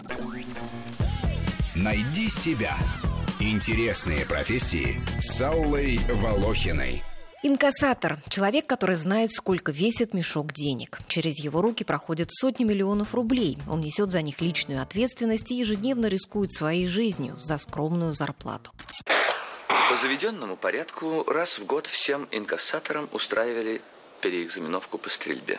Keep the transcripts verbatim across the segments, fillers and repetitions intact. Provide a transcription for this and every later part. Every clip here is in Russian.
Найди себя. Интересные профессии с Аллой Волохиной. Инкассатор – человек, который знает, сколько весит мешок денег. Через его руки проходят сотни миллионов рублей. Он несет за них личную ответственность и ежедневно рискует своей жизнью за скромную зарплату. По заведенному порядку раз в год всем инкассаторам устраивали переэкзаменовку по стрельбе.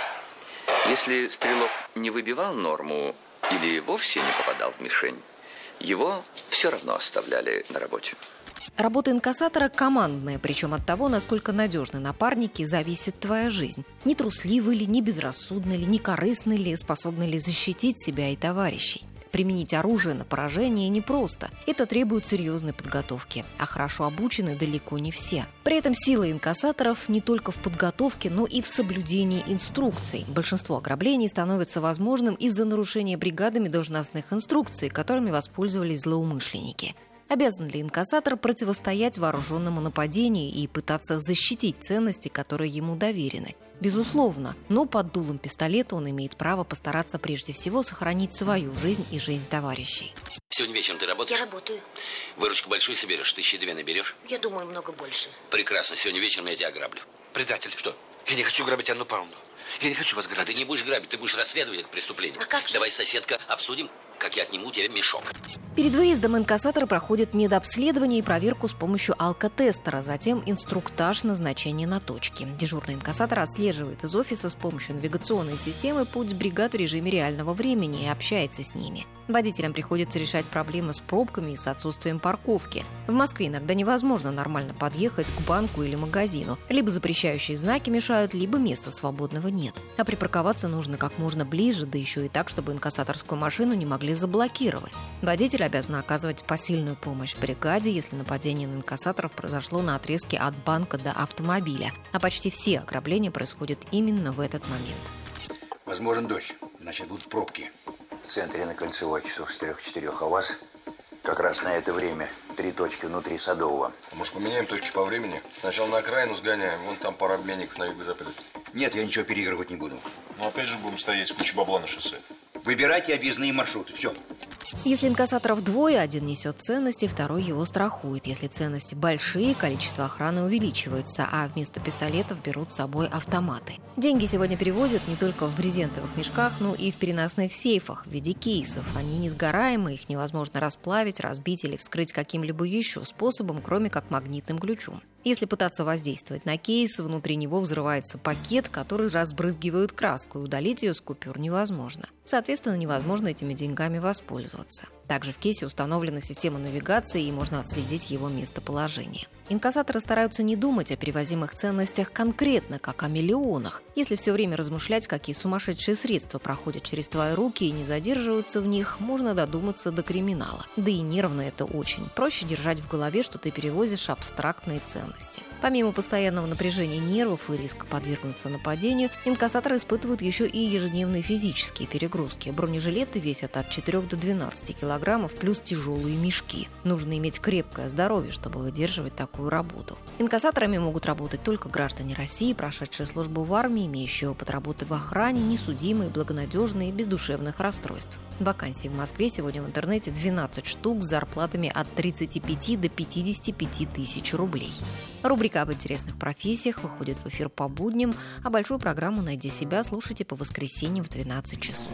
Если стрелок не выбивал норму или вовсе не попадал в мишень, его все равно оставляли на работе. Работа инкассатора командная, причем от того, насколько надежны напарники, зависит твоя жизнь. Не трусливы ли, не безрассудны ли, не корыстны ли, способны ли защитить себя и товарищей. Применить оружие на поражение непросто. Это требует серьезной подготовки. А хорошо обучены далеко не все. При этом сила инкассаторов не только в подготовке, но и в соблюдении инструкций. Большинство ограблений становится возможным из-за нарушения бригадами должностных инструкций, которыми воспользовались злоумышленники. Обязан ли инкассатор противостоять вооруженному нападению и пытаться защитить ценности, которые ему доверены? Безусловно, но под дулом пистолета он имеет право постараться прежде всего сохранить свою жизнь и жизнь товарищей. Сегодня вечером ты работаешь? Я работаю. Выручку большую соберешь? Тысячи две наберешь? Я думаю, много больше. Прекрасно. Сегодня вечером я тебя ограблю. Предатель. Что? Я не хочу грабить Анну Павловну. Я не хочу вас грабить. А ты не будешь грабить, ты будешь расследовать это преступление. А как же? Давай, соседка, обсудим, как я отниму у тебя мешок. Перед выездом инкассатор проходит медобследование и проверку с помощью алкотестера, затем инструктаж назначения на точке. Дежурный инкассатор отслеживает из офиса с помощью навигационной системы путь бригад в режиме реального времени и общается с ними. Водителям приходится решать проблемы с пробками и с отсутствием парковки. В Москве иногда невозможно нормально подъехать к банку или магазину. Либо запрещающие знаки мешают, либо места свободного нет. А припарковаться нужно как можно ближе, да еще и так, чтобы инкассаторскую машину не могли заблокировать. Водитель обязан оказывать посильную помощь бригаде, если нападение на инкассаторов произошло на отрезке от банка до автомобиля. А почти все ограбления происходят именно в этот момент. Возможен дождь, значит будут пробки. В центре на Кольцевой часов с трех-четырех, а у вас как раз на это время три точки внутри Садового. А может, поменяем точки по времени? Сначала на окраину сгоняем, вон там пара обменников на юго-западе. Нет, я ничего переигрывать не буду. Но опять же будем стоять с кучей бабла на шоссе. Выбирайте объездные маршруты, все. Если инкассаторов двое, один несет ценности, второй его страхует. Если ценности большие, количество охраны увеличивается, а вместо пистолетов берут с собой автоматы. Деньги сегодня перевозят не только в брезентовых мешках, но и в переносных сейфах в виде кейсов. Они несгораемы, их невозможно расплавить, разбить или вскрыть каким-либо еще способом, кроме как магнитным ключом. Если пытаться воздействовать на кейс, внутри него взрывается пакет, который разбрызгивает краску, и удалить ее с купюр невозможно. Соответственно, невозможно этими деньгами воспользоваться. Также в кейсе установлена система навигации, и можно отследить его местоположение. Инкассаторы стараются не думать о перевозимых ценностях конкретно, как о миллионах. Если все время размышлять, какие сумасшедшие средства проходят через твои руки и не задерживаются в них, можно додуматься до криминала. Да и нервно это очень. Проще держать в голове, что ты перевозишь абстрактные ценности. Помимо постоянного напряжения нервов и риска подвергнуться нападению, инкассаторы испытывают еще и ежедневные физические перегрузки. Бронежилеты весят от четырёх до двенадцати килограммов, плюс тяжелые мешки. Нужно иметь крепкое здоровье, чтобы выдерживать такую работу. Инкассаторами могут работать только граждане России, прошедшие службу в армии, имеющие опыт работы в охране, несудимые, благонадежные и без душевных расстройств. Вакансий в Москве сегодня в интернете двенадцать штук с зарплатами от тридцати пяти до пятидесяти пяти тысяч рублей. Рубрика об интересных профессиях выходит в эфир по будням, а большую программу «Найди себя» слушайте по воскресеньям в двенадцать часов.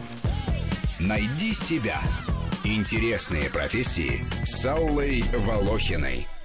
«Найди себя». Интересные профессии с Аллой Волохиной.